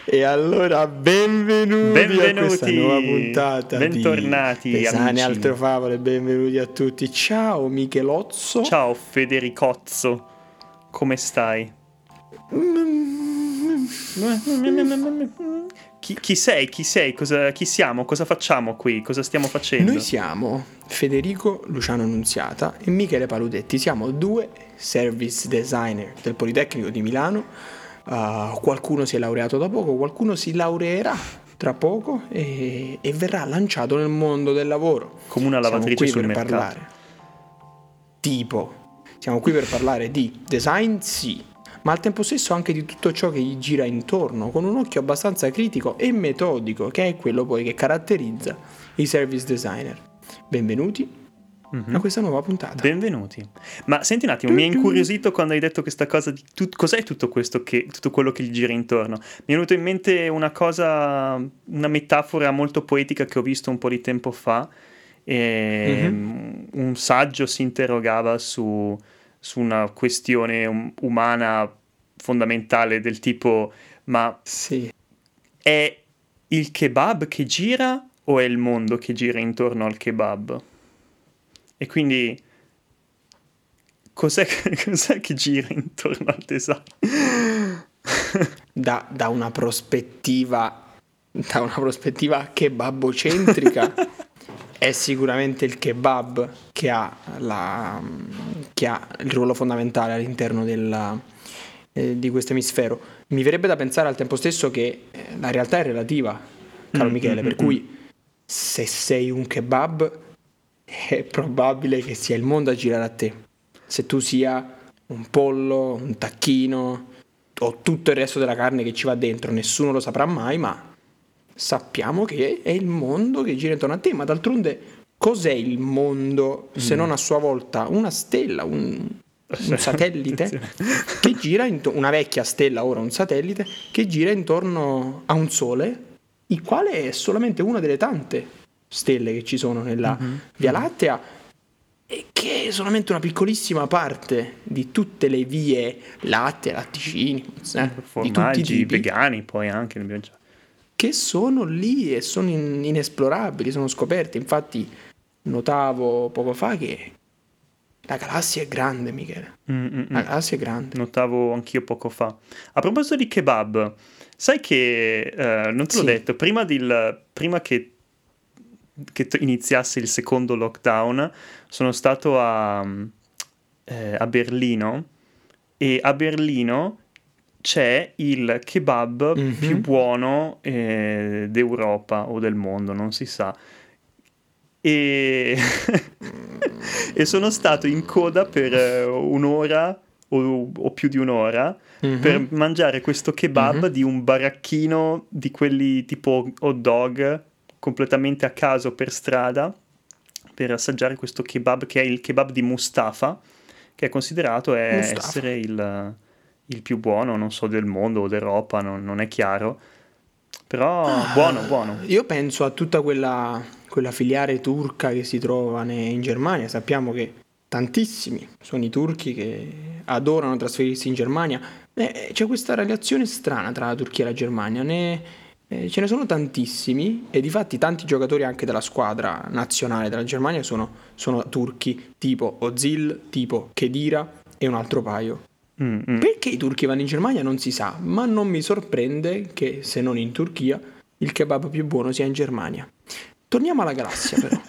E allora benvenuti a questa nuova puntata bentornati di Sane amici. Altre Favole, benvenuti a tutti. Ciao Michelozzo. Ciao Federicozzo, come stai? Chi sei? Chi sei? Chi siamo? Cosa facciamo qui? Cosa stiamo facendo? Noi siamo Federico Luciano Annunziata e Michele Paludetti, siamo due service designer del Politecnico di Milano. Qualcuno si è laureato da poco, qualcuno si laureerà tra poco e verrà lanciato nel mondo del lavoro. Come una lavatrice sul mercato. Siamo qui per parlare di design, sì, ma al tempo stesso anche di tutto ciò che gli gira intorno, con un occhio abbastanza critico e metodico, che è quello poi che caratterizza i service designer. Benvenuti a questa nuova puntata. Benvenuti. Ma senti un attimo, mi ha incuriosito quando hai detto questa cosa di cos'è tutto questo tutto quello che gli gira intorno. Mi è venuto in mente una metafora molto poetica che ho visto un po' di tempo fa. Un saggio si interrogava su una questione umana fondamentale del tipo: ma sì, è il kebab che gira o è il mondo che gira intorno al kebab? E quindi cos'è che gira intorno al design? da una prospettiva kebabocentrica è sicuramente il kebab che ha il ruolo fondamentale all'interno di questo emisfero. Mi verrebbe da pensare al tempo stesso che la realtà è relativa, caro Michele, per cui se sei un kebab è probabile che sia il mondo a girare a te. Se tu sia un pollo, un tacchino o tutto il resto della carne che ci va dentro, nessuno lo saprà mai, ma sappiamo che è il mondo che gira intorno a te. Ma d'altronde cos'è il mondo se non a sua volta una stella, un satellite che gira una vecchia stella, ora un satellite che gira intorno a un sole, il quale è solamente una delle tante stelle che ci sono nella Via Lattea e che è solamente una piccolissima parte di tutte le vie lattee, latticini, formaggi, di tutti i tipi, vegani poi anche che sono lì e sono inesplorabili, sono scoperte. Infatti notavo poco fa che la galassia è grande, Michele. La galassia è grande. Notavo anch'io poco fa. A proposito di kebab, sai che non te l'ho detto, prima che iniziasse il secondo lockdown, sono stato a Berlino, e a Berlino c'è il kebab più buono d'Europa o del mondo, non si sa. E sono stato in coda per un'ora o più di un'ora per mangiare questo kebab di un baracchino di quelli tipo hot dog, completamente a caso per strada, per assaggiare questo kebab che è il kebab di Mustafa, che è considerato essere il più buono, non so, del mondo o d'Europa, non è chiaro, però buono. Io penso a tutta quella filiale turca che si trova in Germania. Sappiamo che tantissimi sono i turchi che adorano trasferirsi in Germania. C'è questa relazione strana tra la Turchia e la Germania, ce ne sono tantissimi e difatti tanti giocatori anche della squadra nazionale della Germania sono turchi, tipo Ozil, tipo Khedira e un altro paio. Perché i turchi vanno in Germania non si sa, ma non mi sorprende che, se non in Turchia, il kebab più buono sia in Germania. Torniamo alla galassia però.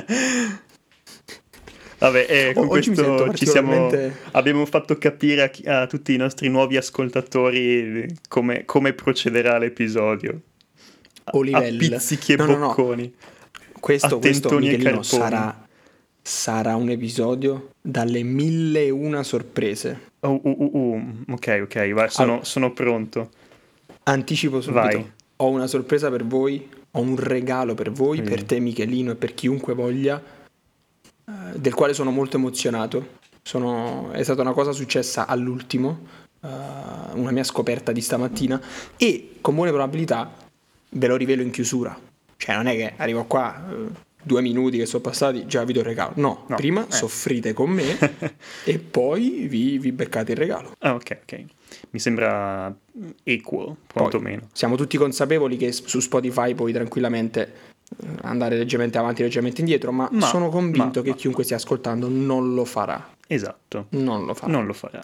Vabbè, con oggi questo abbiamo fatto capire a tutti i nostri nuovi ascoltatori come procederà l'episodio. Olivelli. A pizzichi e bocconi. Questo Michelino carponi. sarà un episodio dalle 1001 sorprese. Ok, vai, sono pronto. Anticipo subito. Vai. Ho una sorpresa per voi, ho un regalo per voi, per te Michelino e per chiunque voglia, del quale sono molto emozionato. È stata una cosa successa all'ultimo, una mia scoperta di stamattina, e con buone probabilità ve lo rivelo in chiusura. Cioè non è che arrivo qua 2 minuti che sono passati, già vi do il regalo. No, prima soffrite con me e poi vi beccate il regalo. Ah, ok. Mi sembra equal, quantomeno. Siamo tutti consapevoli che su Spotify puoi tranquillamente andare leggermente avanti, leggermente indietro, ma sono convinto che chiunque stia ascoltando non lo farà. Esatto. Non lo farà.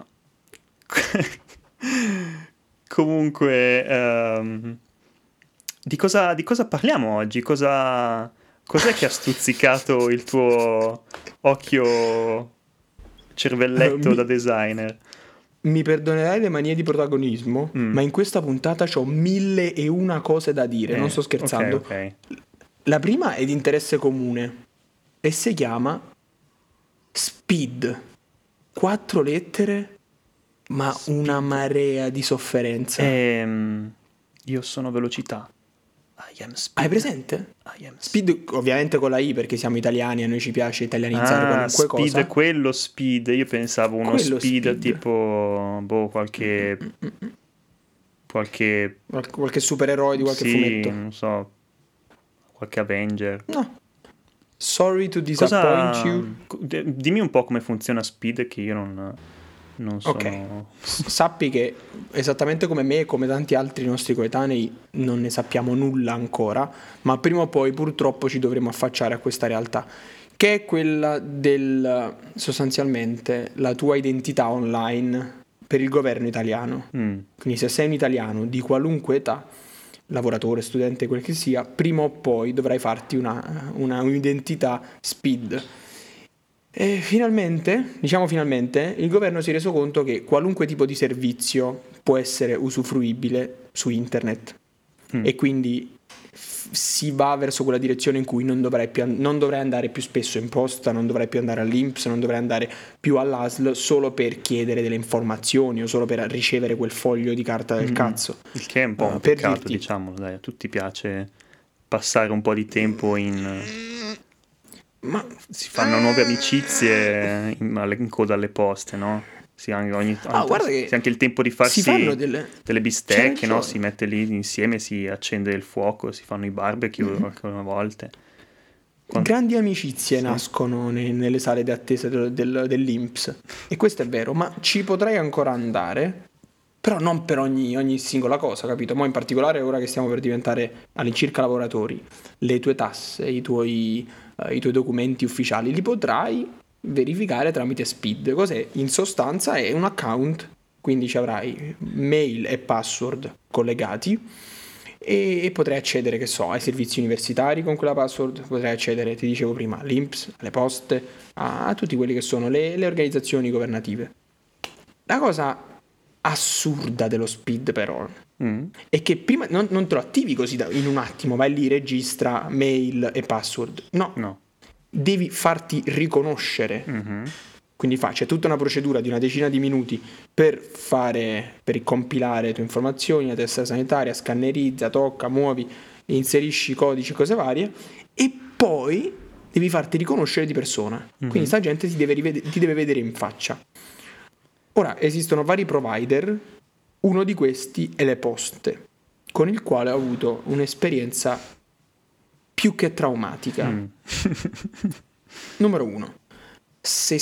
Comunque, di cosa parliamo oggi? Cos'è che ha stuzzicato il tuo occhio cervelletto da designer? Mi perdonerai le manie di protagonismo, ma in questa puntata c'ho 1001 cose da dire, non sto scherzando. Ok. La prima è di interesse comune e si chiama Speed. 4 lettere, ma Speed. Una marea di sofferenza. Io sono velocità. I am speed. Hai presente? I am speed, ovviamente con la I perché siamo italiani e a noi ci piace italianizzare qualunque speed, cosa. Quello speed, io pensavo uno speed tipo qualche supereroe di qualche fumetto. Non so, qualche Avenger. No. Sorry to disappoint you. Dimmi un po' come funziona Speed, che io non sono... Ok, sappi che esattamente come me e come tanti altri nostri coetanei non ne sappiamo nulla ancora, ma prima o poi purtroppo ci dovremo affacciare a questa realtà, che è quella sostanzialmente la tua identità online per il governo italiano. Quindi se sei un italiano di qualunque età, lavoratore, studente, quel che sia, prima o poi dovrai farti un'identità Speed. E finalmente, il governo si è reso conto che qualunque tipo di servizio può essere usufruibile su internet e quindi si va verso quella direzione in cui non dovrai andare più spesso in posta, non dovrai più andare all'INPS, non dovrai andare più all'ASL solo per chiedere delle informazioni o solo per ricevere quel foglio di carta del cazzo. Il che è un po' un peccato, diciamo, dai, a tutti piace passare un po' di tempo ma si fanno nuove amicizie in coda alle poste, no? Si ha anche il tempo di farsi delle bistecche, no? Si mette lì insieme, si accende il fuoco, si fanno i barbecue alcune volte. Grandi amicizie nascono nelle sale di attesa dell'INPS e questo è vero, ma ci potrei ancora andare, però non per ogni singola cosa, capito? Ma in particolare ora che stiamo per diventare all'incirca lavoratori, le tue tasse, i tuoi documenti ufficiali li potrai verificare tramite Speed. Cos'è? In sostanza è un account, quindi ci avrai mail e password collegati e potrai accedere, che so, ai servizi universitari con quella password, potrai accedere, ti dicevo prima, all'INPS, alle poste, a tutti quelli che sono le organizzazioni governative. La cosa assurda dello Speed però è che prima non te lo attivi così in un attimo, vai lì, registra mail e password, no. Devi farti riconoscere, quindi c'è tutta una procedura di una decina di minuti per compilare le tue informazioni, la tessera sanitaria, scannerizza, tocca, muovi, inserisci codici, cose varie e poi devi farti riconoscere di persona, quindi sta gente ti deve vedere in faccia. Ora esistono vari provider, uno di questi è le poste, con il quale ho avuto un'esperienza più che traumatica. Numero 1, se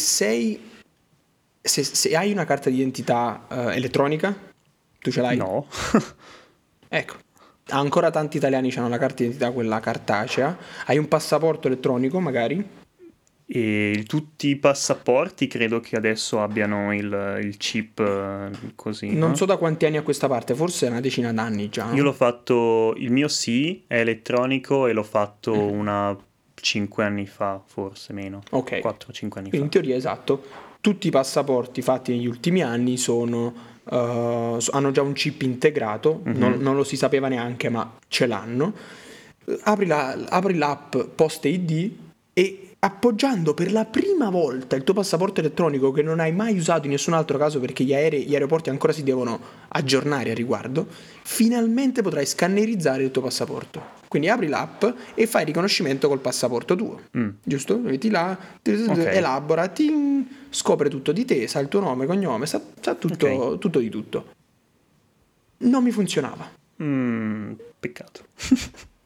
hai una carta d'identità elettronica, tu ce l'hai? No. Ecco, ancora tanti italiani hanno la carta d'identità, quella cartacea. Hai un passaporto elettronico magari? E tutti i passaporti credo che adesso abbiano il chip così. Non so da quanti anni a questa parte, forse una decina d'anni già. No? Io l'ho fatto, il mio sì, è elettronico e l'ho fatto 5 anni fa, forse meno. Ok. 4-5 anni fa. In teoria, esatto. Tutti i passaporti fatti negli ultimi anni hanno già un chip integrato, non lo si sapeva neanche, ma ce l'hanno. Apri l'app Poste ID e appoggiando per la prima volta il tuo passaporto elettronico che non hai mai usato in nessun altro caso perché gli aeroporti ancora si devono aggiornare a riguardo, finalmente potrai scannerizzare il tuo passaporto. Quindi apri l'app e fai riconoscimento col passaporto tuo, giusto? Metti là, elabora, scopre tutto di te, sa il tuo nome, cognome, sa tutto, tutto di tutto. Non mi funzionava. Peccato.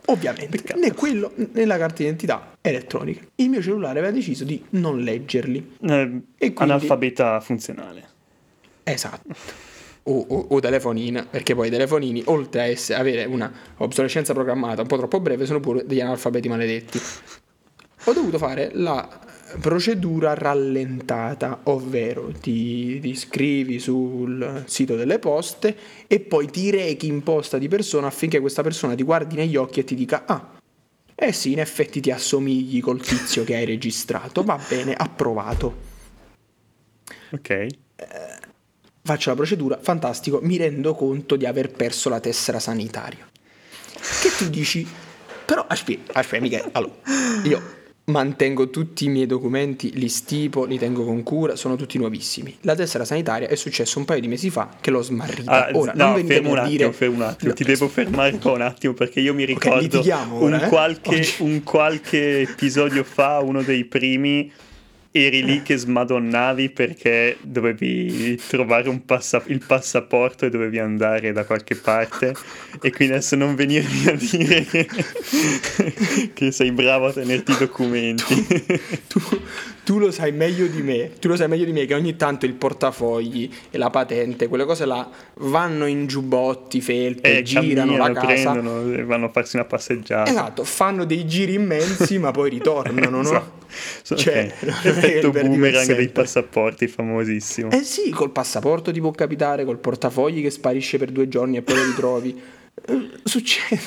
Ovviamente, Peccato. né quello né la carta d'identità elettronica. Il mio cellulare aveva deciso di non leggerli. E quindi, Analfabeta funzionale. esatto. O telefonina, perché poi i telefonini, oltre a avere una obsolescenza programmata un po' troppo breve, sono pure degli analfabeti maledetti. Ho dovuto fare la procedura rallentata, ovvero ti iscrivi sul sito delle poste e poi ti rechi in posta di persona affinché questa persona ti guardi negli occhi e ti dica: ah, eh sì, in effetti ti assomigli col tizio che hai registrato, va bene, approvato. Ok. Faccio la procedura, fantastico, mi rendo conto di aver perso la tessera sanitaria. Che tu dici? Però aspetta, mica, allora, io mantengo tutti i miei documenti, li stipo, li tengo con cura, sono tutti nuovissimi. La tessera sanitaria è successo un paio di mesi fa che l'ho smarrita. Ora, no, non venitemi a dire... fermo un attimo, No, ti devo fermare qua un attimo perché io mi ricordo litighiamo ora, un qualche episodio fa, uno dei primi, eri lì che smadonnavi perché dovevi trovare il passaporto e dovevi andare da qualche parte, e quindi adesso non venirmi a dire che sei bravo a tenerti i documenti. Tu lo sai meglio di me. Tu lo sai meglio di me che ogni tanto il portafogli e la patente, quelle cose là, vanno in giubbotti, felpe, girano la casa, prendono e vanno a farsi una passeggiata. Esatto, fanno dei giri immensi ma poi ritornano, no? Cioè, Effetto boomerang dei passaporti, famosissimo. Eh sì, col passaporto ti può capitare, col portafogli che sparisce per 2 giorni e poi lo ritrovi. Succede.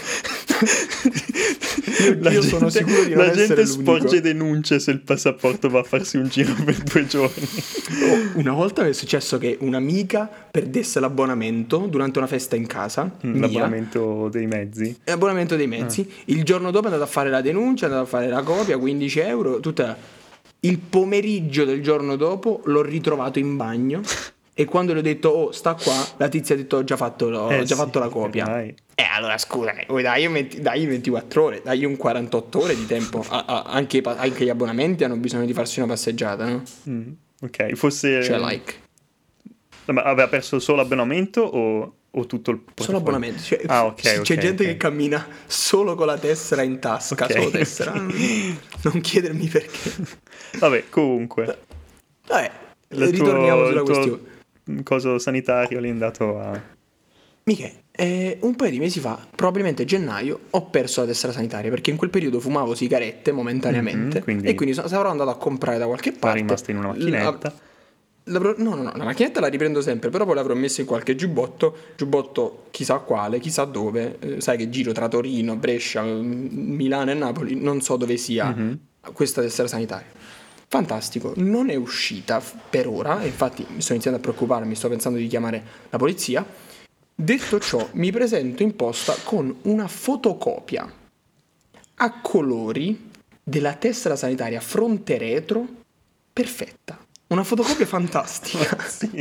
Io sono sicuro di non essere gente l'unico. sporge denunce se il passaporto va a farsi un giro per 2 giorni. Una volta mi è successo che un'amica perdesse l'abbonamento durante una festa in casa mia. L'abbonamento dei mezzi. L'abbonamento dei mezzi. Il giorno dopo è andato a fare la denuncia, è andato a fare la copia, 15 euro, tutta. Il pomeriggio del giorno dopo l'ho ritrovato in bagno. E quando gli ho detto, oh, sta qua, la tizia ha detto, ho già fatto la copia. Allora scusa, dai 24 ore, dai un 48 ore di tempo. Anche gli abbonamenti hanno bisogno di farsi una passeggiata, no? Ok, fosse... Cioè, like. Ma aveva perso solo l'abbonamento o tutto il portafoglio? Solo abbonamento. Cioè, ok. C'è gente che cammina solo con la tessera in tasca, solo tessera. Non chiedermi perché. Vabbè, comunque. Ritorniamo sulla questione. Coso sanitario lì è andato a... Miche, un paio di mesi fa, probabilmente gennaio, ho perso la tessera sanitaria perché in quel periodo fumavo sigarette momentaneamente e quindi sarò andato a comprare da qualche parte. È rimasto in una macchinetta. No, la macchinetta la riprendo sempre, però poi l'avrò messa in qualche giubbotto chissà quale, chissà dove, sai che giro tra Torino, Brescia, Milano e Napoli, non so dove sia questa tessera sanitaria. Fantastico, non è uscita per ora, infatti mi sto iniziando a preoccuparmi, sto pensando di chiamare la polizia. Detto ciò, mi presento in posta con una fotocopia a colori della tessera sanitaria fronte retro perfetta. Una fotocopia fantastica.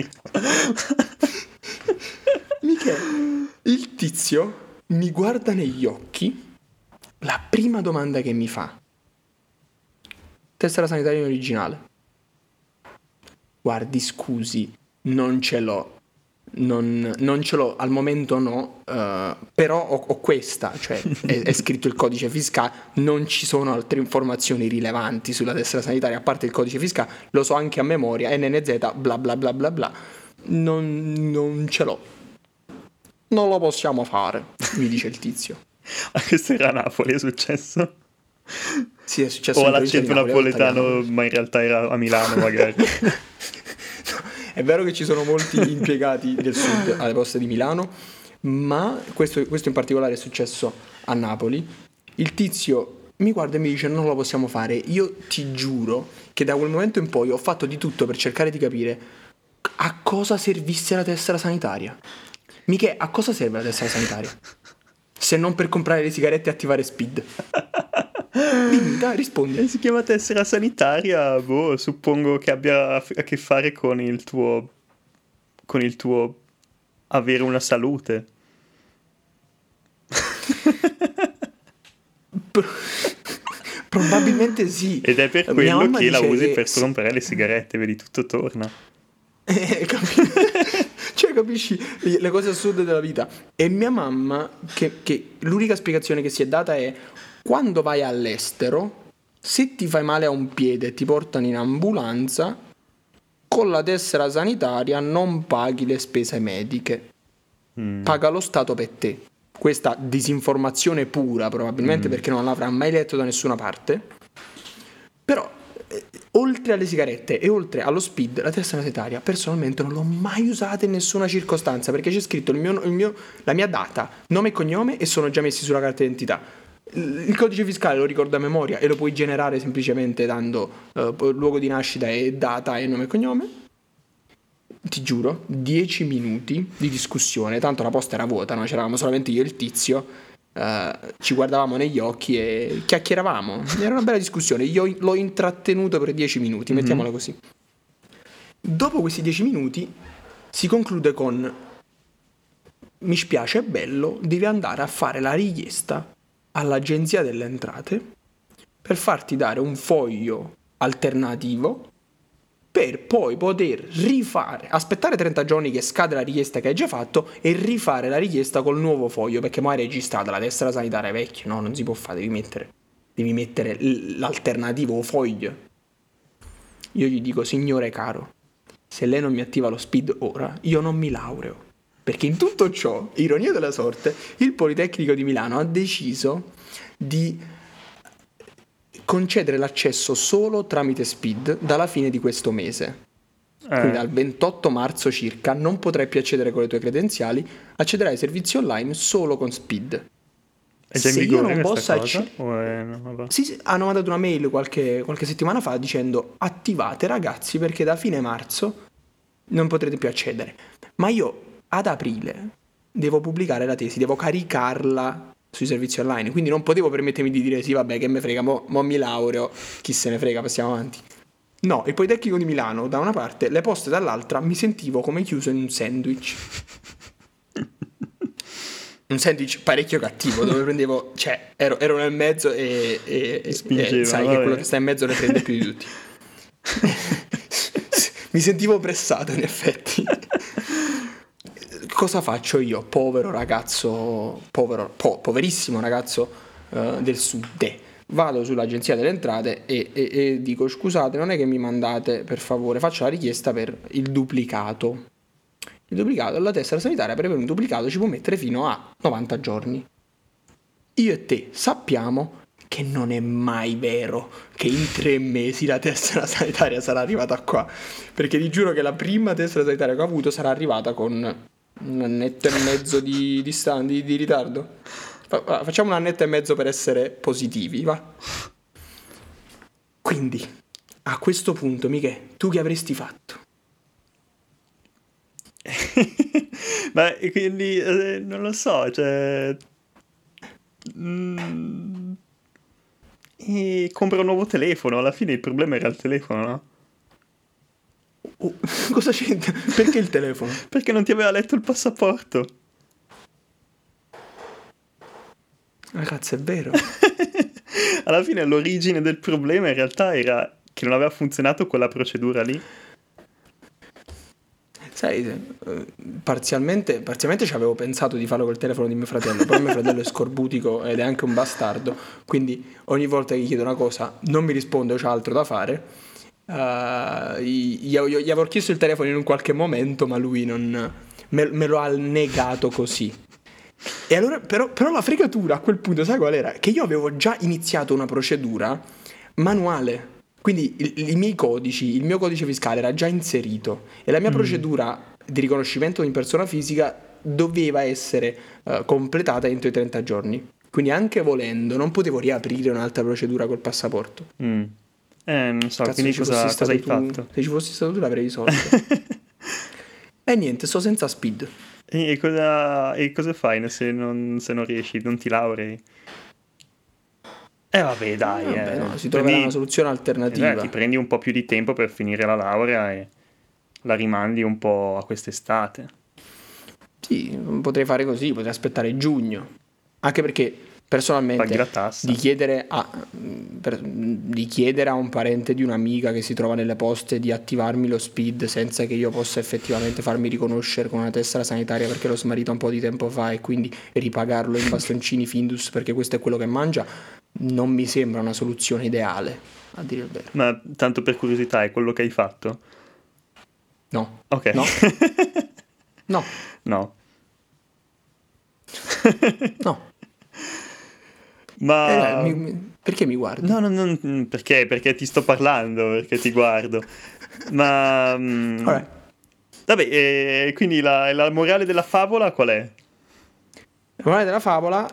Michele, il tizio mi guarda negli occhi, la prima domanda che mi fa: tessera sanitaria in originale? Guardi, scusi, non ce l'ho. Non ce l'ho al momento, no, però ho questa, cioè è scritto il codice fiscale, non ci sono altre informazioni rilevanti sulla tessera sanitaria a parte il codice fiscale, lo so anche a memoria, NNZ, bla bla bla bla bla, non ce l'ho, non lo possiamo fare, mi dice il tizio. Questo era a Napoli, è successo? Sì, è successo o all'accento napoletano, ma in realtà era a Milano magari. È vero che ci sono molti impiegati del sud alle poste di Milano, ma questo in particolare è successo a Napoli. Il tizio mi guarda e mi dice: non lo possiamo fare. Io ti giuro che da quel momento in poi ho fatto di tutto per cercare di capire a cosa servisse la tessera sanitaria. Michele, a cosa serve la tessera sanitaria? Se non per comprare le sigarette e attivare Speed. Dimmi, dai, rispondi. Si chiama tessera sanitaria, suppongo che abbia a che fare con il tuo avere una salute. Probabilmente sì. Ed è per quello che la usi per comprare le sigarette, vedi, tutto torna. Cioè, capisci le cose assurde della vita. E mia mamma, che l'unica spiegazione che si è data è: quando vai all'estero, se ti fai male a un piede e ti portano in ambulanza, con la tessera sanitaria non paghi le spese mediche, paga lo Stato per te. Questa disinformazione pura, probabilmente, perché non l'avrà mai letto da nessuna parte. Però oltre alle sigarette e oltre allo speed, la tessera sanitaria personalmente non l'ho mai usata in nessuna circostanza, perché c'è scritto la mia data, nome e cognome, e sono già messi sulla carta d'identità. Il codice fiscale lo ricordo a memoria e lo puoi generare semplicemente dando luogo di nascita e data e nome e cognome. Ti giuro, 10 minuti di discussione, tanto la posta era vuota, no? C'eravamo solamente io e il tizio, ci guardavamo negli occhi e chiacchieravamo. Era una bella discussione, io l'ho intrattenuto per 10 minuti, mettiamola così. Dopo questi 10 minuti si conclude con: mi spiace, è bello, devi andare a fare la richiesta all'Agenzia delle Entrate per farti dare un foglio alternativo per poi poter aspettare 30 giorni che scade la richiesta che hai già fatto e rifare la richiesta col nuovo foglio, perché mai è registrata la tessera sanitaria vecchia, no, non si può fare, devi mettere l'alternativo foglio. Io gli dico: signore caro, se lei non mi attiva lo speed ora, io non mi laureo. Perché in tutto ciò, ironia della sorte, il Politecnico di Milano ha deciso di concedere l'accesso solo tramite speed dalla fine di questo mese. Quindi dal 28 marzo circa non potrai più accedere con le tue credenziali, accederai ai servizi online solo con speed. È già in vigore questa cosa? Sì, hanno mandato una mail qualche settimana fa dicendo: attivate ragazzi, perché da fine marzo non potrete più accedere. Ma io ad aprile devo pubblicare la tesi, devo caricarla sui servizi online, quindi non potevo permettermi di dire: sì, vabbè, che me frega, mo mi laureo, chi se ne frega, passiamo avanti. No, il Politecnico di Milano da una parte, le poste dall'altra, mi sentivo come chiuso in un sandwich. Un sandwich parecchio cattivo, dove prendevo, cioè, ero nel mezzo e sai che quello che sta in mezzo ne prende più di tutti. Mi sentivo pressato, in effetti. Cosa faccio io, povero ragazzo, poverissimo ragazzo del sud? Vado sull'Agenzia delle Entrate e dico: scusate, non è che mi mandate, per favore, faccio la richiesta per il duplicato. Il duplicato, la tessera sanitaria per avere un duplicato ci può mettere fino a 90 giorni. Io e te sappiamo che non è mai vero che in 3 mesi la tessera sanitaria sarà arrivata qua, perché ti giuro che la prima tessera sanitaria che ho avuto sarà arrivata con un annetto e mezzo di ritardo. Facciamo un annetto e mezzo per essere positivi, va? Quindi, a questo punto, Michè, tu che avresti fatto? Ma quindi non lo so, cioè e compra un nuovo telefono, alla fine il problema era il telefono, no? Cosa c'entra? Perché il telefono? Perché non ti aveva letto il passaporto. Ragazzi, è vero. Alla fine l'origine del problema in realtà era che non aveva funzionato quella procedura lì. Sai, parzialmente ci avevo pensato di farlo col telefono di mio fratello, però mio fratello è scorbutico ed è anche un bastardo, quindi ogni volta che gli chiedo una cosa non mi risponde o c'ha altro da fare. Gli avevo chiesto il telefono in un qualche momento, ma lui non me lo ha negato così. E allora, però la fregatura a quel punto, sai qual era? Che io avevo già iniziato una procedura manuale. Quindi i miei codici, il mio codice fiscale era già inserito e la mia procedura di riconoscimento in persona fisica doveva essere completata entro i 30 giorni. Quindi anche volendo non potevo riaprire un'altra procedura col passaporto. Non so, Cazzo, quindi cosa hai fatto? Se ci fossi stato tu l'avrei risolto. E niente, sto senza speed. E cosa fai se non riesci, non ti laurei? Vabbè, dai. Vabbè, no, si troverà una soluzione alternativa. Ti prendi un po' più di tempo per finire la laurea e la rimandi un po' a quest'estate. Sì, potrei fare così, potrei aspettare giugno. Anche perché personalmente Paghi la tassa. di chiedere a un parente di un'amica che si trova nelle poste di attivarmi lo SPID senza che io possa effettivamente farmi riconoscere con una tessera sanitaria perché l'ho smarrita un po' di tempo fa e quindi ripagarlo in bastoncini Findus perché questo è quello che mangia, non mi sembra una soluzione ideale, a dire il vero. Ma tanto per curiosità, è quello che hai fatto? No. Ok. No. No. No. No. Ma... Perché mi guardi? No, perché ti sto parlando, perché ti guardo. Ma... Alright. Vabbè, quindi la morale della favola qual è? La morale della favola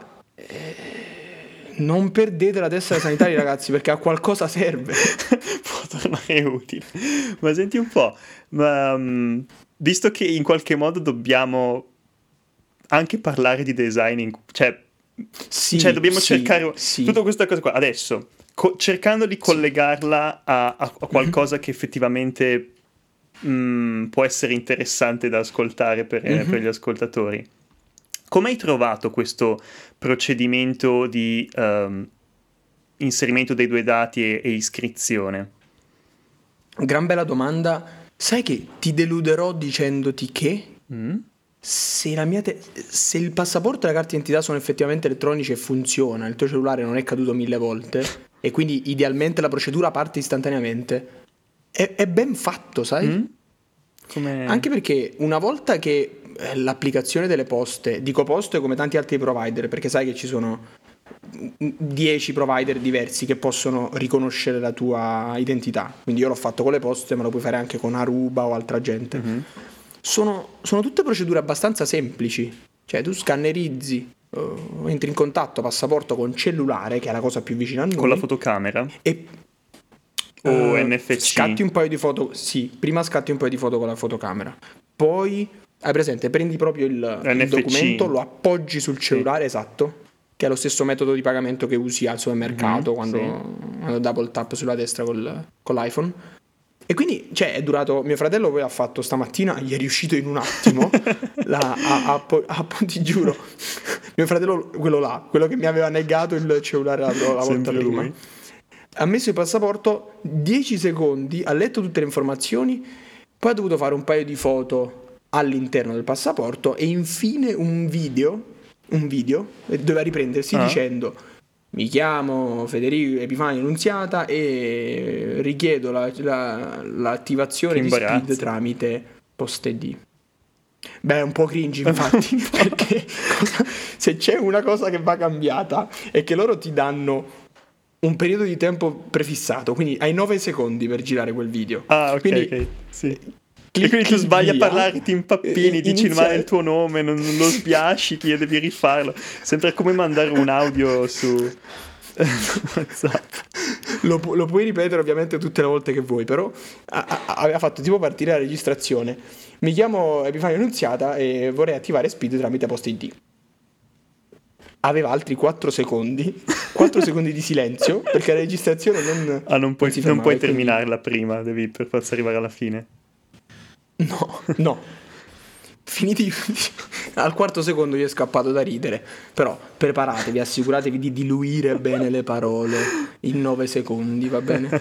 non perdete la tessera sanitaria ragazzi perché a qualcosa serve. Può tornare utile. Ma senti un po', visto che in qualche modo dobbiamo anche parlare di design, cioè dobbiamo cercare tutta questa cosa qua adesso, cercando di collegarla a qualcosa che effettivamente può essere interessante da ascoltare per gli ascoltatori. Come hai trovato questo procedimento di inserimento dei 2 dati e iscrizione? Gran bella domanda. Sai che ti deluderò dicendoti che se il passaporto e la carta d'identità sono effettivamente elettronici e funziona, il tuo cellulare non è caduto 1000 volte e quindi idealmente la procedura parte istantaneamente, è ben fatto, sai? Anche perché una volta che l'applicazione delle poste, dico poste come tanti altri provider, perché sai che ci sono 10 provider diversi che possono riconoscere la tua identità, quindi io l'ho fatto con le poste ma lo puoi fare anche con Aruba o altra gente. Sono tutte procedure abbastanza semplici, cioè tu scannerizzi, entri in contatto passaporto con cellulare, che è la cosa più vicina a noi, con la fotocamera e o NFC? Scatti un paio di foto, sì, prima scatti un paio di foto con la fotocamera, poi hai presente, prendi proprio il documento, lo appoggi sul cellulare, esatto, che è lo stesso metodo di pagamento che usi al supermercato quando double tap sulla destra con l'iPhone. E quindi, cioè, è durato. Mio fratello poi ha fatto stamattina, gli è riuscito in un attimo. Ti giuro, mio fratello, quello che mi aveva negato il cellulare la volta prima, lui. ha messo il passaporto 10 secondi, ha letto tutte le informazioni, poi ha dovuto fare un paio di foto all'interno del passaporto e infine un video doveva riprendersi dicendo: mi chiamo Federico Epifanio Nunziata e richiedo l'attivazione di SPID tramite Post-ID. Beh, è un po' cringe infatti, perché se c'è una cosa che va cambiata è che loro ti danno un periodo di tempo prefissato, quindi hai 9 secondi per girare quel video. Quindi, ok, sì. E quindi tu sbagli a parlare, ti impappini, dici male il tuo nome, non lo sbiasci, ti devi rifarlo. Sembra come mandare un audio su WhatsApp. Lo puoi ripetere ovviamente tutte le volte che vuoi, però aveva fatto tipo partire la registrazione. Mi chiamo Epifanio Nunziata e vorrei attivare SPID tramite Post-ID. Aveva altri 4 secondi di silenzio perché la registrazione non puoi terminarla prima, devi per forza arrivare alla fine. No. Finiti al 4° secondo gli è scappato da ridere. Però preparatevi, assicuratevi di diluire bene le parole in 9 secondi, va bene?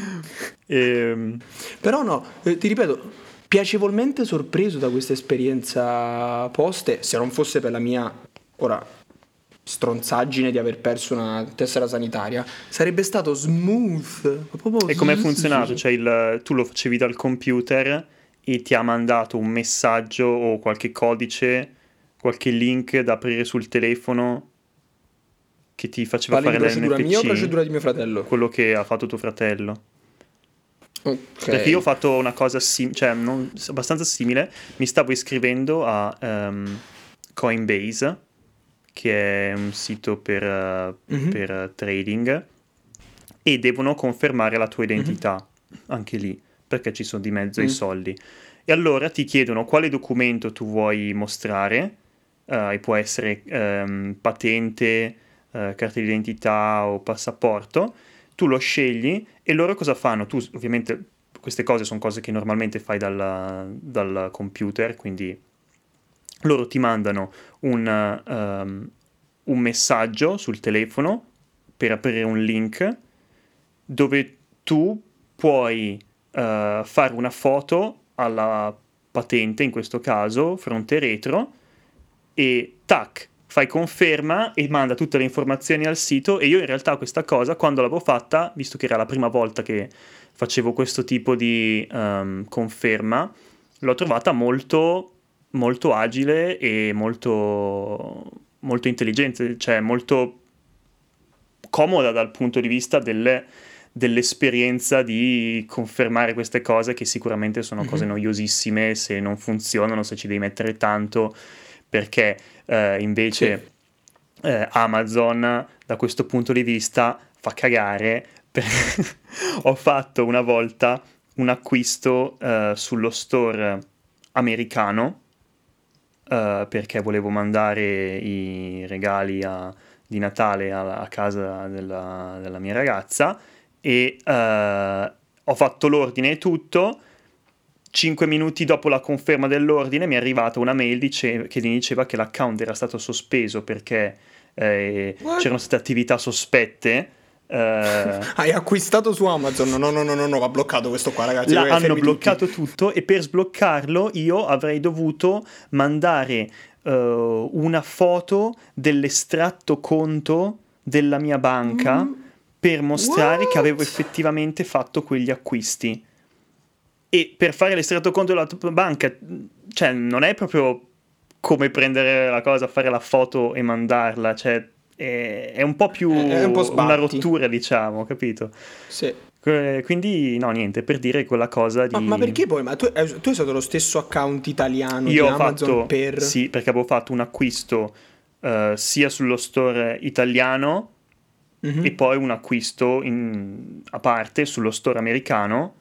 Però no, ti ripeto, piacevolmente sorpreso da questa esperienza poste, se non fosse per la mia stronzaggine di aver perso una tessera sanitaria, sarebbe stato smooth. E come è funzionato? Cioè tu lo facevi dal computer e ti ha mandato un messaggio o qualche codice, qualche link da aprire sul telefono che ti faceva fare l'NFC? Procedura mia o procedura di mio fratello? Quello che ha fatto tuo fratello. Okay. Perché io ho fatto una cosa abbastanza simile. Mi stavo iscrivendo a Coinbase, che è un sito per trading, e devono confermare la tua identità anche lì, perché ci sono di mezzo i soldi. E allora ti chiedono quale documento tu vuoi mostrare, può essere patente, carta d'identità o passaporto. Tu lo scegli e loro cosa fanno? Tu ovviamente queste cose sono cose che normalmente fai dal computer, quindi loro ti mandano un un messaggio sul telefono per aprire un link dove tu puoi fare una foto alla patente, in questo caso fronte e retro, e tac, fai conferma e manda tutte le informazioni al sito. E io in realtà questa cosa, quando l'avevo fatta, visto che era la prima volta che facevo questo tipo di conferma, l'ho trovata molto, molto agile e molto, molto intelligente, cioè molto comoda dal punto di vista dell'esperienza di confermare queste cose, che sicuramente sono cose noiosissime se non funzionano, se ci devi mettere tanto, perché invece Amazon da questo punto di vista fa cagare. Ho fatto una volta un acquisto sullo store americano perché volevo mandare i regali di Natale a casa della mia ragazza, e ho fatto l'ordine e tutto. 5 minuti dopo la conferma dell'ordine mi è arrivata una mail che mi diceva che l'account era stato sospeso perché c'erano state attività sospette. Hai acquistato su Amazon? No, va bloccato questo qua, ragazzi. Hanno bloccato tutto, e per sbloccarlo io avrei dovuto mandare una foto dell'estratto conto della mia banca per mostrare che avevo effettivamente fatto quegli acquisti. E per fare l'estratto conto della tua banca, cioè non è proprio come prendere la cosa, fare la foto e mandarla, cioè è un po' più una rottura, diciamo, capito? Sì. Quindi no, niente, per dire quella cosa di... Ma perché poi? Ma tu hai usato lo stesso account italiano io di Amazon per... Sì, perché avevo fatto un acquisto sia sullo store italiano e poi un acquisto a parte sullo store americano.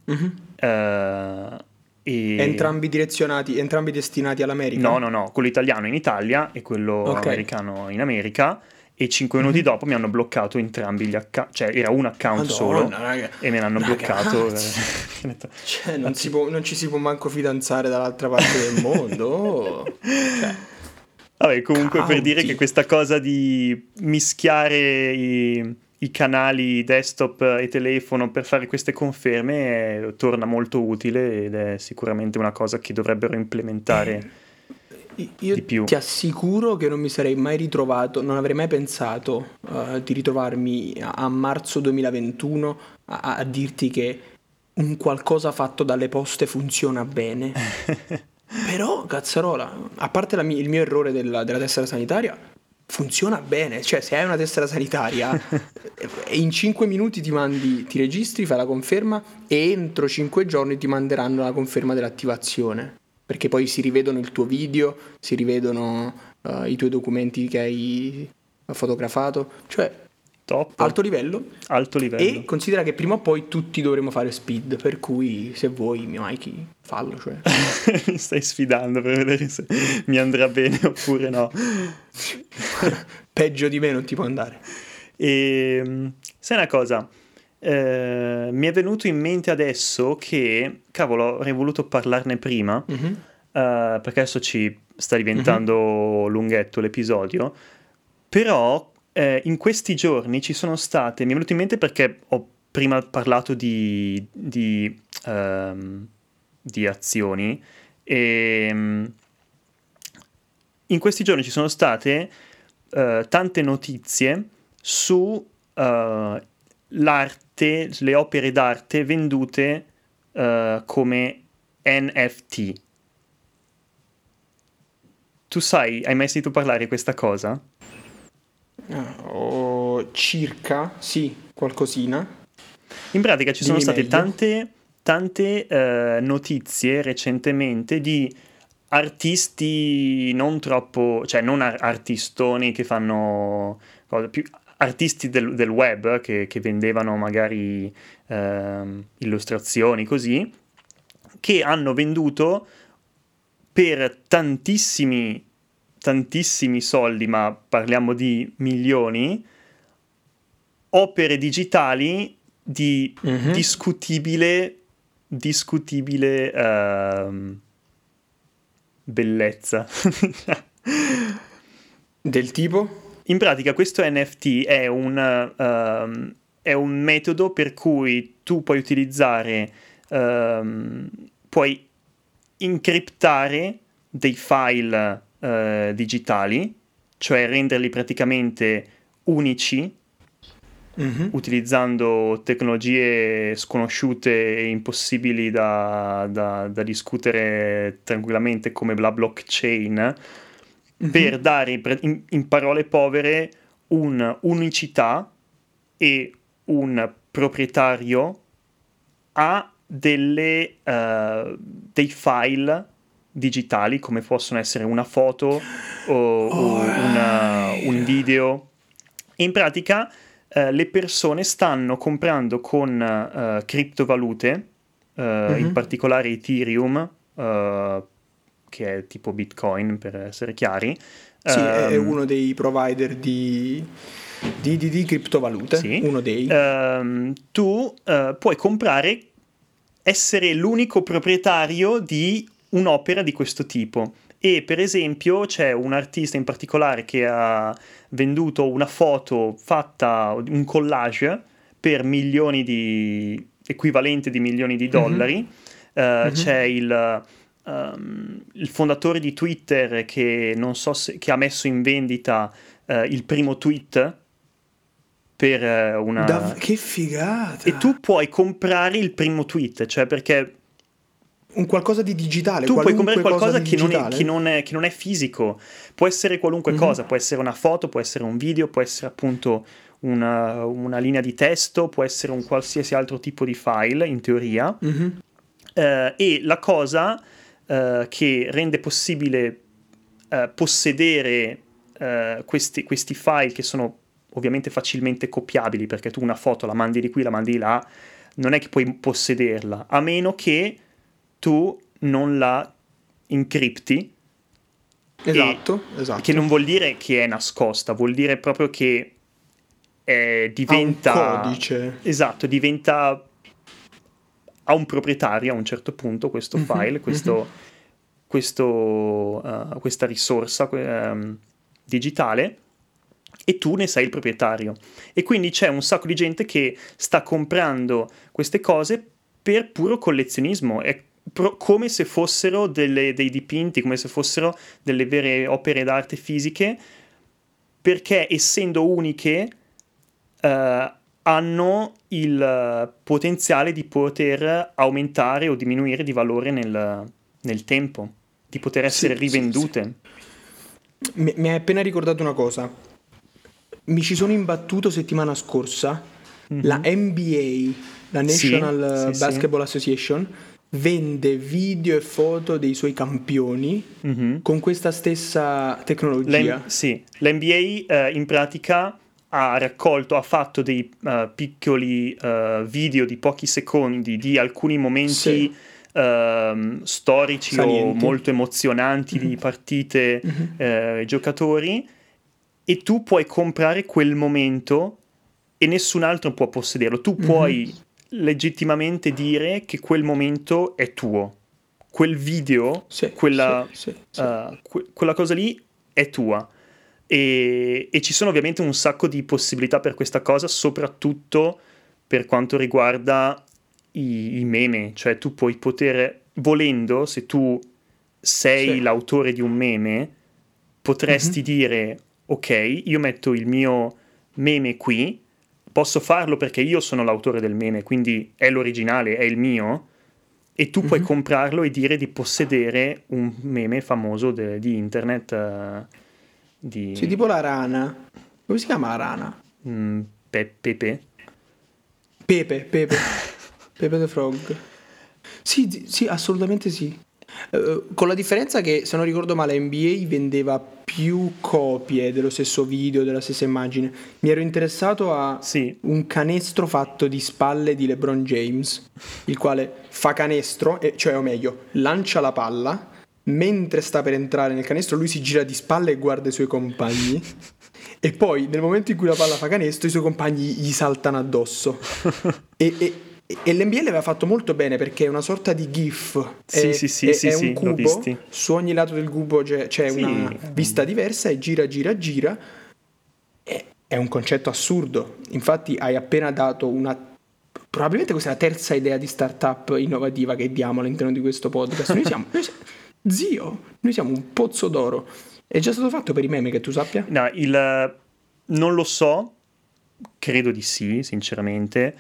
E... Entrambi destinati all'America? No, quello italiano in Italia e quello americano in America. E 5 minuti dopo mi hanno bloccato entrambi gli account, cioè era un account solo, raga, e me l'hanno bloccato. Cioè non ci si può manco fidanzare dall'altra parte del mondo. Cioè, vabbè, comunque per dire che questa cosa di mischiare i canali desktop e telefono per fare queste conferme torna molto utile, ed è sicuramente una cosa che dovrebbero implementare io di più. ti assicuro che non mi sarei mai ritrovato, non avrei mai pensato di ritrovarmi a marzo 2021 a dirti che un qualcosa fatto dalle poste funziona bene. Però, cazzarola, a parte il mio errore della tessera sanitaria, funziona bene. Cioè, se hai una tessera sanitaria in 5 minuti ti registri, fai la conferma, e entro 5 giorni ti manderanno la conferma dell'attivazione, perché poi si rivedono il tuo video, si rivedono i tuoi documenti che hai fotografato. Cioè, top. Alto livello. E considera che prima o poi tutti dovremo fare speed, per cui se vuoi, mio Mikey, fallo, cioè. Mi stai sfidando per vedere se mi andrà bene oppure no. Peggio di me non ti può andare. E sai una cosa, mi è venuto in mente adesso che, cavolo, avrei voluto parlarne prima, perché adesso ci sta diventando lunghetto l'episodio, però in questi giorni ci sono state, mi è venuto in mente perché ho prima parlato di azioni, e in questi giorni ci sono state tante notizie su l'arte, le opere d'arte vendute come NFT. Tu hai mai sentito parlare di questa cosa? Circa, sì, qualcosina. In pratica ci sono state meglio. tante notizie recentemente di artisti non troppo, cioè non artistoni che fanno cose più, artisti del web che vendevano magari illustrazioni così, che hanno venduto per tantissimi soldi, ma parliamo di milioni, opere digitali di discutibile bellezza. Del tipo? In pratica questo NFT è è un metodo per cui tu puoi utilizzare, puoi incriptare dei file digitali, cioè renderli praticamente unici, utilizzando tecnologie sconosciute e impossibili da discutere tranquillamente come la blockchain, per dare in parole povere un'unicità e un proprietario a dei file digitali, come possono essere una foto o un video. E in pratica le persone stanno comprando con criptovalute, in particolare Ethereum, che è tipo Bitcoin per essere chiari. Sì, è uno dei provider di criptovalute, Sì. uno dei. Tu puoi comprare, essere l'unico proprietario di un'opera di questo tipo. E per esempio c'è un artista in particolare che ha venduto una foto fatta, un collage, per equivalente di milioni di dollari. C'è il fondatore di Twitter che non so che ha messo in vendita il primo tweet per una... Che figata! E tu puoi comprare il primo tweet, cioè perché un qualcosa di digitale. Tu puoi comprare qualcosa che non è fisico. Può essere qualunque cosa, può essere una foto, può essere un video, può essere appunto una linea di testo, può essere un qualsiasi altro tipo di file, in teoria. E la cosa che rende possibile possedere questi file, che sono ovviamente facilmente copiabili, perché tu una foto la mandi di qui, la mandi di là, non è che puoi possederla, a meno che tu non la incripti. Esatto. Che non vuol dire che è nascosta, vuol dire proprio che diventa un codice. Esatto, ha un proprietario a un certo punto questo file, questa risorsa digitale, e tu ne sei il proprietario. E quindi c'è un sacco di gente che sta comprando queste cose per puro collezionismo. È come se fossero dei dipinti, come se fossero delle vere opere d'arte fisiche, perché essendo uniche hanno il potenziale di poter aumentare o diminuire di valore nel tempo, di poter essere rivendute. Sì. Mi hai appena ricordato una cosa. Mi ci sono imbattuto settimana scorsa. La NBA, la National Basketball Association, vende video e foto dei suoi campioni con questa stessa tecnologia. L'NBA in pratica ha fatto dei piccoli video di pochi secondi di alcuni momenti storici salienti o molto emozionanti di partite, giocatori, e tu puoi comprare quel momento e nessun altro può possederlo. Tu puoi legittimamente dire che quel momento è tuo, quel video, quella cosa lì è tua. E ci sono ovviamente un sacco di possibilità per questa cosa, soprattutto per quanto riguarda i meme. Cioè tu puoi volendo, se tu sei l'autore di un meme, potresti dire: ok, io metto il mio meme qui, posso farlo perché io sono l'autore del meme, quindi è l'originale, è il mio, e tu puoi comprarlo e dire di possedere un meme famoso di internet. Sì, tipo la rana. Come si chiama la rana? Pepe the Frog. Sì, assolutamente sì. Con la differenza che, se non ricordo male, NBA vendeva più copie dello stesso video, della stessa immagine. Mi ero interessato a un canestro fatto di spalle di LeBron James, il quale fa canestro, cioè, o meglio, lancia la palla. Mentre sta per entrare nel canestro, lui si gira di spalle e guarda i suoi compagni. E poi, nel momento in cui la palla fa canestro, i suoi compagni gli saltano addosso. E l'NBA l'aveva fatto molto bene, perché è una sorta di GIF. È un cubo, su ogni lato del cubo c'è una vista diversa, e gira. è un concetto assurdo. Infatti hai appena dato probabilmente questa è la terza idea di startup innovativa che diamo all'interno di questo podcast. Noi siamo un pozzo d'oro. È già stato fatto per i meme, che tu sappia? No, non lo so, credo di sì, sinceramente.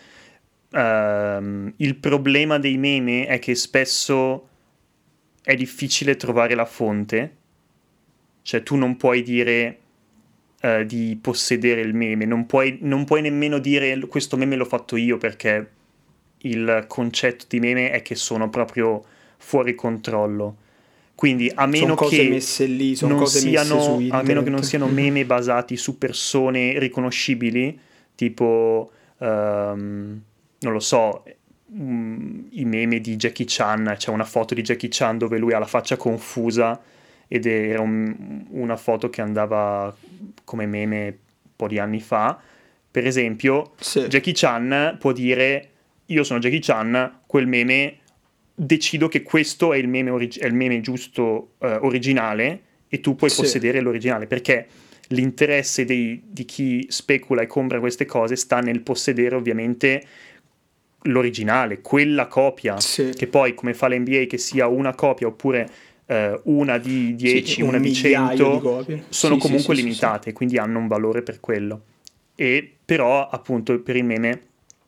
Il problema dei meme è che spesso è difficile trovare la fonte. Cioè tu non puoi dire di possedere il meme, non puoi nemmeno dire questo meme l'ho fatto io, perché il concetto di meme è che sono proprio fuori controllo. Quindi a meno sono cose che messe lì, sono non cose messe su siano, internet. a meno che non siano meme basati su persone riconoscibili, tipo non lo so, i meme di Jackie Chan, c'è una foto di Jackie Chan dove lui ha la faccia confusa ed era una foto che andava come meme un po' di anni fa. Per esempio, Sì. Jackie Chan può dire io sono Jackie Chan, quel meme decido che questo è il meme giusto, originale, e tu puoi possedere l'originale, perché l'interesse di chi specula e compra queste cose sta nel possedere ovviamente l'originale, quella copia, che poi come fa l'NBA, che sia una copia oppure una di 10, una di 100, sono comunque limitate, quindi hanno un valore per quello. E però appunto per il meme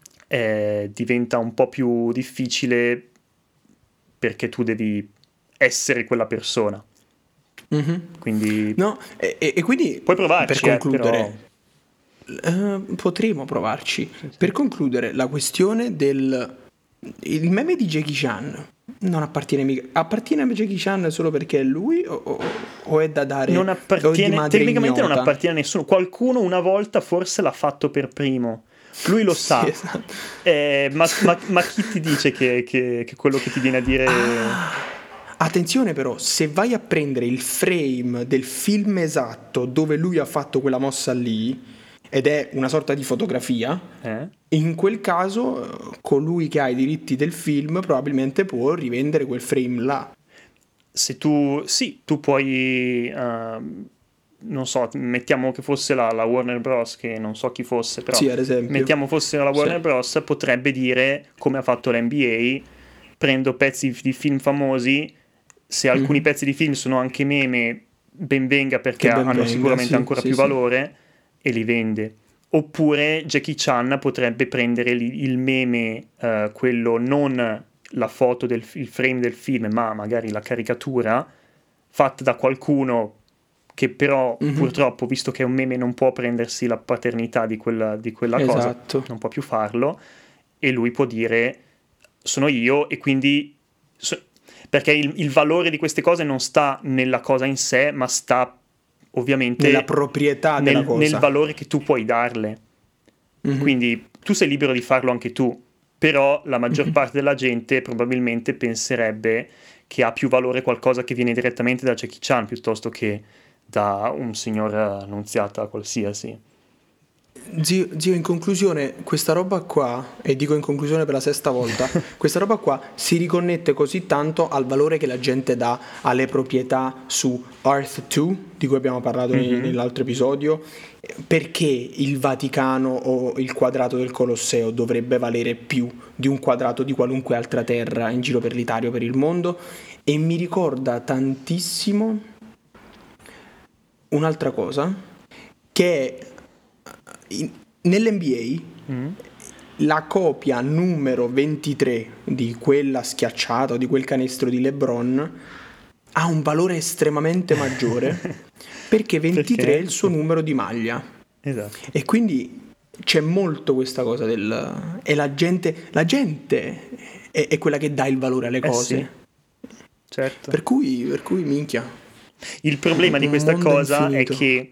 diventa un po' più difficile, perché tu devi essere quella persona. Quindi no, e quindi puoi provarci, per concludere, però potremo provarci. Per concludere, la questione il meme di Jackie Chan non appartiene mica, appartiene a Jackie Chan solo perché è lui, o è da dare, non appartiene, o è di tecnicamente ignota? non appartiene a nessuno. Qualcuno una volta forse l'ha fatto per primo, lui lo sa. Esatto. Ma chi ti dice che quello che ti viene a dire Attenzione però, se vai a prendere il frame del film esatto dove lui ha fatto quella mossa lì, ed è una sorta di fotografia, in quel caso colui che ha i diritti del film probabilmente può rivendere quel frame là. Se tu puoi, non so, mettiamo che fosse la Warner Bros., che non so chi fosse, però Sì, ad esempio. mettiamo fosse la Warner Bros., potrebbe dire, come ha fatto l'NBA, prendo pezzi di film famosi, se alcuni pezzi di film sono anche meme, ben venga, perché hanno sicuramente ancora più valore, e li vende. Oppure Jackie Chan potrebbe prendere il meme, quello, non la foto il frame del film, ma magari la caricatura fatta da qualcuno che però purtroppo, visto che è un meme, non può prendersi la paternità di quella cosa, non può più farlo, e lui può dire sono io, e quindi perché il valore di queste cose non sta nella cosa in sé, ma sta ovviamente nella proprietà della cosa, nel valore che tu puoi darle. Quindi tu sei libero di farlo anche tu, però la maggior parte della gente probabilmente penserebbe che ha più valore qualcosa che viene direttamente da Jackie Chan piuttosto che da un signor Annunziata qualsiasi. Zio, in conclusione, questa roba qua, e dico in conclusione per la sesta volta, questa roba qua si riconnette così tanto al valore che la gente dà alle proprietà su Earth 2, di cui abbiamo parlato nell'altro episodio, perché il Vaticano o il quadrato del Colosseo dovrebbe valere più di un quadrato di qualunque altra terra in giro per l'Italia o per il mondo. E mi ricorda tantissimo un'altra cosa, che nell'NBA la copia numero 23 di quella schiacciata o di quel canestro di LeBron ha un valore estremamente maggiore perché 23 è il suo numero di maglia. Esatto. E quindi c'è molto questa cosa e la gente è quella che dà il valore alle cose. Sì. Certo. Per cui minchia. Il problema di questa cosa infinito. È che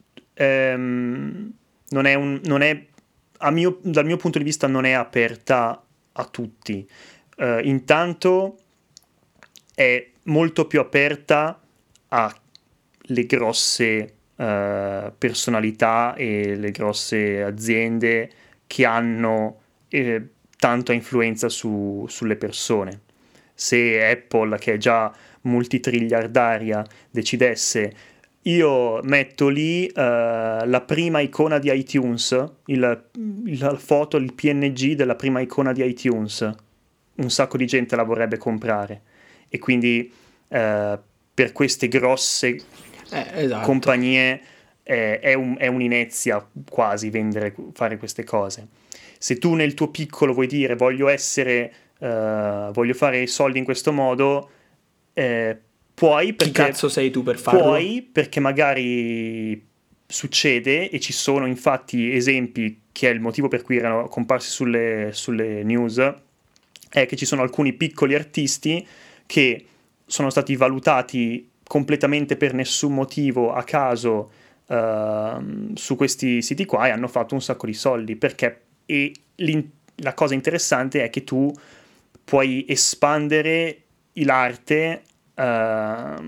non è dal mio punto di vista non è aperta a tutti. Intanto è molto più aperta alle grosse personalità e le grosse aziende che hanno tanta influenza sulle persone. Se Apple, che è già multitriliardaria, decidesse io metto lì la prima icona di iTunes, la foto, il PNG della prima icona di iTunes. Un sacco di gente la vorrebbe comprare. E quindi per queste grosse esatto. compagnie è un'inezia quasi fare queste cose. Se tu nel tuo piccolo vuoi dire voglio fare i soldi in questo modo, puoi, perché chi cazzo sei tu per farlo? Puoi, perché magari succede, e ci sono infatti esempi, che è il motivo per cui erano comparsi sulle news, è che ci sono alcuni piccoli artisti che sono stati valutati completamente per nessun motivo, a caso, su questi siti qua, e hanno fatto un sacco di soldi, perché la cosa interessante è che tu puoi espandere l'arte a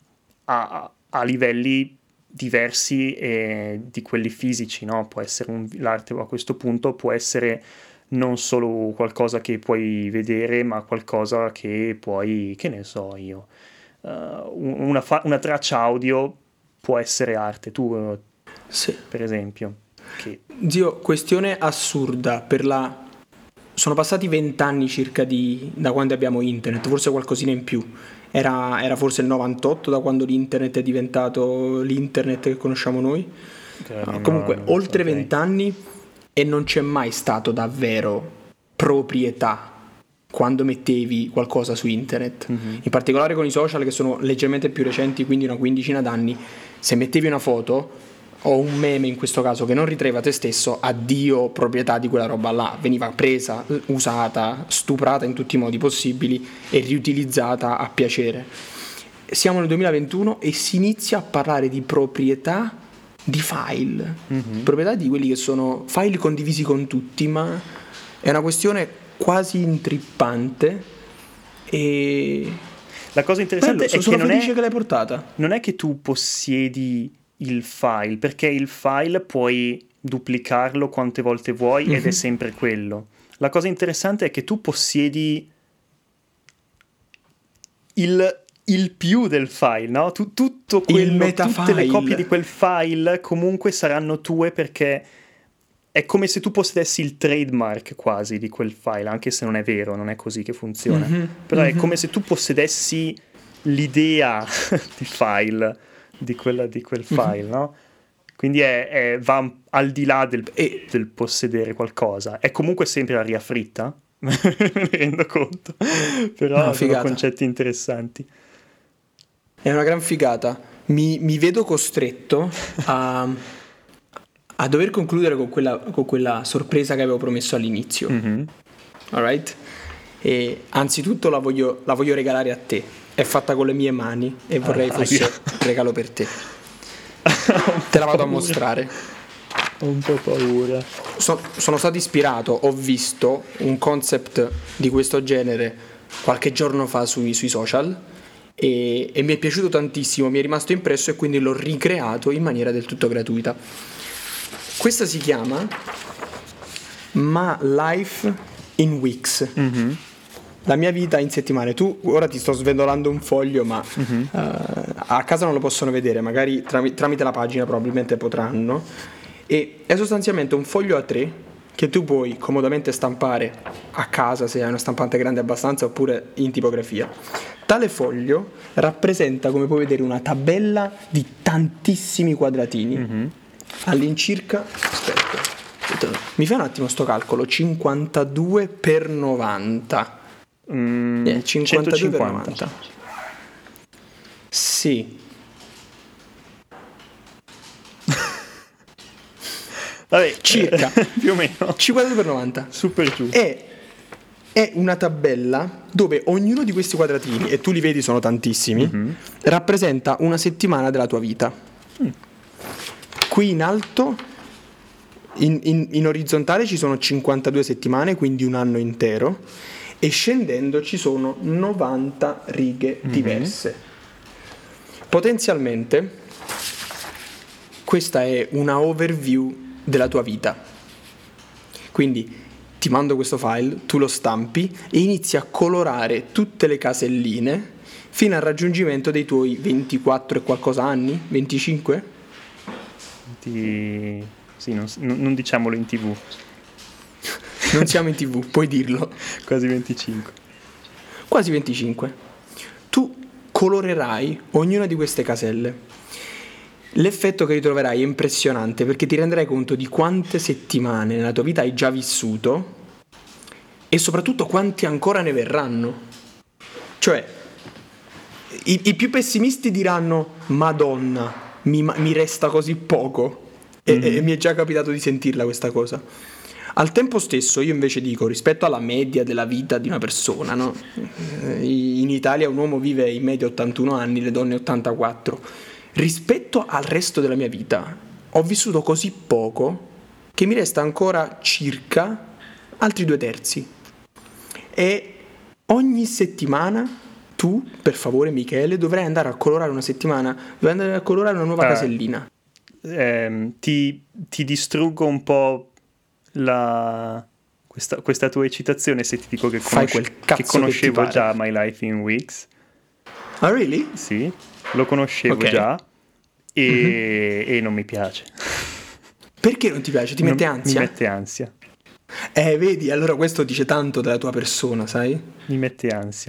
livelli diversi di quelli fisici, no? Può essere l'arte a questo punto può essere non solo qualcosa che puoi vedere, ma qualcosa che puoi, che ne so io, una traccia audio può essere arte. Tu, sì, per esempio. Zio, questione assurda. Sono passati 20 anni circa da quando abbiamo internet, forse qualcosina in più. Era forse il 98 da quando l'internet è diventato l'internet che conosciamo noi. Comunque, oltre 20 anni, e non c'è mai stato davvero proprietà quando mettevi qualcosa su internet. In particolare con i social, che sono leggermente più recenti, quindi una quindicina d'anni. Se mettevi una foto o un meme, in questo caso, che non ritraeva te stesso, addio proprietà di quella roba là, veniva presa, usata, stuprata in tutti i modi possibili e riutilizzata a piacere. Siamo nel 2021 e si inizia a parlare di proprietà di file, proprietà di quelli che sono file condivisi con tutti, ma è una questione quasi intrippante. E la cosa interessante è sono che felice che l'hai portata. Non è che tu possiedi il file, perché il file puoi duplicarlo quante volte vuoi ed è sempre quello. La cosa interessante è che tu possiedi il più del file, no? Tutto quello, tutte le copie di quel file comunque saranno tue, perché è come se tu possedessi il trademark quasi di quel file, anche se non è vero, non è così che funziona. Però è come se tu possedessi l'idea di file di quel file, no? Quindi va al di là del possedere qualcosa. È comunque sempre l'aria fritta, me ne rendo conto, però sono concetti interessanti. È una gran figata. Mi vedo costretto a dover concludere con quella sorpresa che avevo promesso all'inizio. Alright? E anzitutto la voglio regalare a te. È fatta con le mie mani e vorrei fosse un regalo per te. Te la vado a mostrare. Ho un po' paura. Sono stato ispirato, ho visto un concept di questo genere qualche giorno fa sui social e mi è piaciuto tantissimo, mi è rimasto impresso e quindi l'ho ricreato in maniera del tutto gratuita. Questa si chiama My Life in Weeks. La mia vita in settimane. Tu ora ti sto sventolando un foglio, ma a casa non lo possono vedere, magari tramite la pagina probabilmente potranno. E è sostanzialmente un foglio A3 che tu puoi comodamente stampare a casa se hai una stampante grande abbastanza, oppure in tipografia. Tale foglio rappresenta, come puoi vedere, una tabella di tantissimi quadratini. All'incirca, aspetta, mi fai un attimo sto calcolo, 52 per 90. 52 per 90. Sì. Vabbè, circa più o meno 52 per 90. Super giù. È una tabella dove ognuno di questi quadratini, e tu li vedi sono tantissimi, rappresenta una settimana della tua vita. Qui in alto, in orizzontale ci sono 52 settimane, quindi un anno intero, e scendendo ci sono 90 righe diverse. Potenzialmente questa è una overview della tua vita. Quindi ti mando questo file, tu lo stampi e inizi a colorare tutte le caselline fino al raggiungimento dei tuoi 24 e qualcosa anni, 25? Sì, non diciamolo in TV. Non siamo in TV, puoi dirlo. Quasi 25. Quasi 25. Tu colorerai ognuna di queste caselle. L'effetto che ritroverai è impressionante perché ti renderai conto di quante settimane nella tua vita hai già vissuto e soprattutto quanti ancora ne verranno. Cioè, i più pessimisti diranno: Madonna, mi resta così poco. E mi è già capitato di sentirla questa cosa. Al tempo stesso io invece dico, rispetto alla media della vita di una persona, no? In Italia un uomo vive in media 81 anni, le donne 84. Rispetto al resto della mia vita ho vissuto così poco che mi resta ancora circa altri 2/3. E ogni settimana tu, per favore Michele, dovrai andare a colorare una nuova casellina. Ti distruggo un po' questa tua eccitazione se ti dico che conoscevo già My Life in Weeks. Ah, really? Sì, lo conoscevo già e non mi piace. Perché non ti piace? Ti mette ansia? Mi mette ansia. Vedi, allora questo dice tanto della tua persona, sai? Mi mette ansia.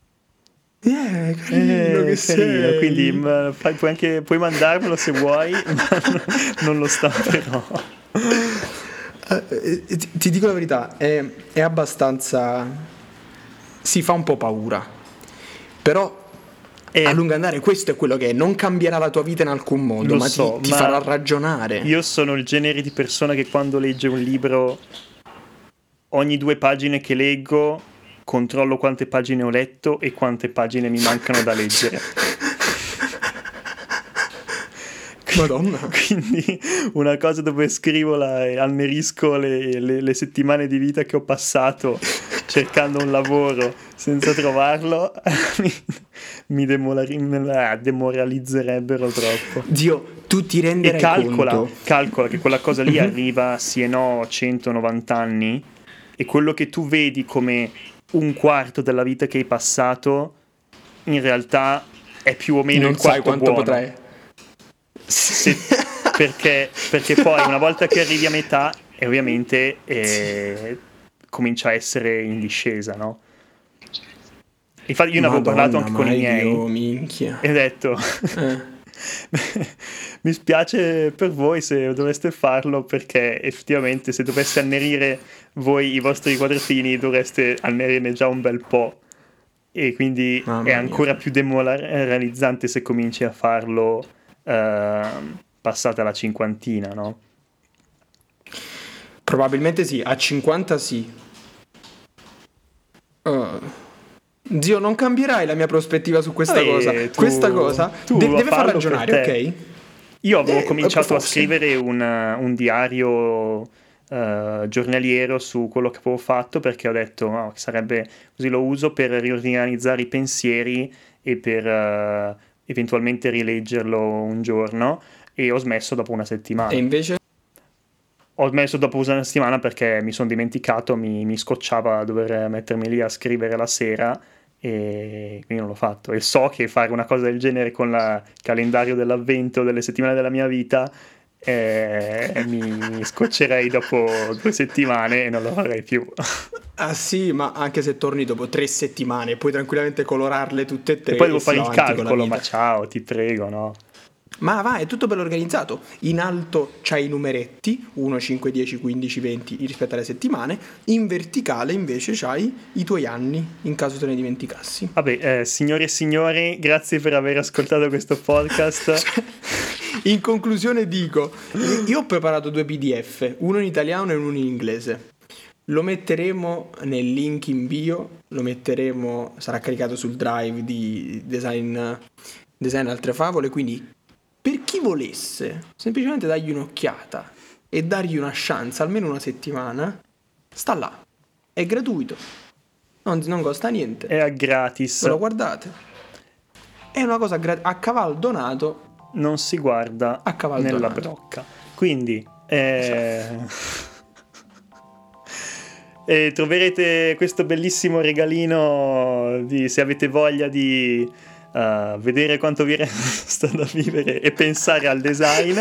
Carino che sei. Quindi puoi mandarmelo se vuoi, ma non lo stamerò. Ti dico la verità, è abbastanza... si fa un po' paura. Però a lungo andare questo è quello che è. Non cambierà la tua vita in alcun modo, ma ti farà ragionare. Io sono il genere di persona che quando legge un libro, ogni 2 pagine che leggo controllo quante pagine ho letto e quante pagine mi mancano da leggere. Madonna. Quindi una cosa dove scrivo annerisco le settimane di vita che ho passato cercando un lavoro senza trovarlo, mi demoralizzerebbero troppo. Dio, tu ti renderai conto. Calcola che quella cosa lì arriva sì e no 190 anni e quello che tu vedi come un quarto della vita che hai passato in realtà è più o meno non il quarto sai quanto buono. potrai. Perché poi una volta che arrivi a metà ovviamente comincia a essere in discesa, no? Infatti io ne avevo parlato anche con i miei minchia. e ho detto mi spiace per voi se doveste farlo, perché effettivamente se doveste annerire voi i vostri quadratini dovreste annerirne già un bel po', e quindi è ancora più demoralizzante se cominci a farlo passata la cinquantina, no? Probabilmente sì, a 50 sì. Zio, non cambierai la mia prospettiva su questa cosa. Questa cosa deve far ragionare, ok? Io avevo cominciato a scrivere un diario giornaliero su quello che avevo fatto, perché ho detto sarebbe così, lo uso per riorganizzare i pensieri e per eventualmente rileggerlo un giorno, e ho smesso dopo una settimana. E invece? Ho smesso dopo una settimana perché mi sono dimenticato, mi scocciava dover mettermi lì a scrivere la sera, e quindi non l'ho fatto. E so che fare una cosa del genere con il calendario dell'avvento delle settimane della mia vita mi scoccerei dopo 2 settimane e non lo farei più. Ah sì, ma anche se torni dopo 3 settimane puoi tranquillamente colorarle tutte e 3. E poi devo fare il calcolo, ma ciao, ti prego, no? Ma va, è tutto bello organizzato. In alto c'hai i numeretti 1, 5, 10, 15, 20 rispetto alle settimane. In verticale invece c'hai i tuoi anni, in caso te ne dimenticassi. Vabbè, signore e signori, grazie per aver ascoltato questo podcast. In conclusione dico, io ho preparato 2 PDF, uno in italiano e uno in inglese. Lo metteremo nel link in bio, sarà caricato sul drive di Design Altre Favole, quindi per chi volesse semplicemente dargli un'occhiata e dargli una chance, almeno una settimana, sta là, è gratuito, non costa niente, è gratis, lo guardate, è una cosa a cavallo donato, non si guarda nella brocca, quindi troverete questo bellissimo regalino se avete voglia di vedere quanto vi resta da vivere e pensare al design,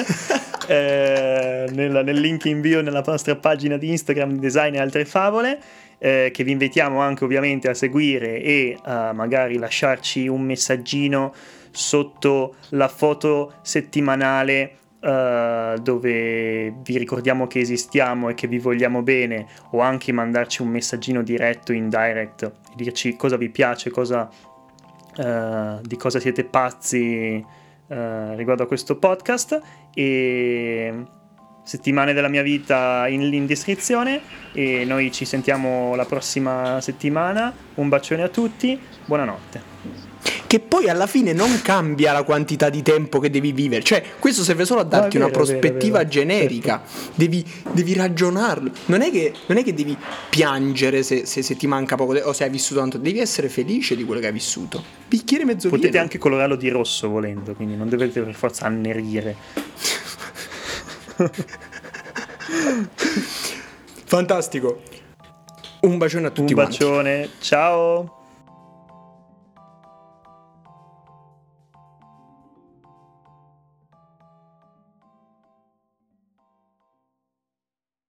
nel link in bio nella nostra pagina di Instagram Design e altre favole, che vi invitiamo anche ovviamente a seguire e magari lasciarci un messaggino sotto la foto settimanale dove vi ricordiamo che esistiamo e che vi vogliamo bene, o anche mandarci un messaggino diretto in direct e dirci cosa vi piace, di cosa siete pazzi riguardo a questo podcast. E settimane della mia vita in descrizione, e noi ci sentiamo la prossima settimana. Un bacione a tutti, buonanotte. Che poi alla fine non cambia la quantità di tempo che devi vivere, cioè questo serve solo a darti una prospettiva generica, certo. devi ragionarlo, non è che devi piangere se ti manca poco o se hai vissuto tanto, devi essere felice di quello che hai vissuto, bicchiere mezzo pieno. Potete anche colorarlo di rosso volendo, quindi non dovete per forza annerire. Fantastico, un bacione a tutti quanti. Un bacione, ciao.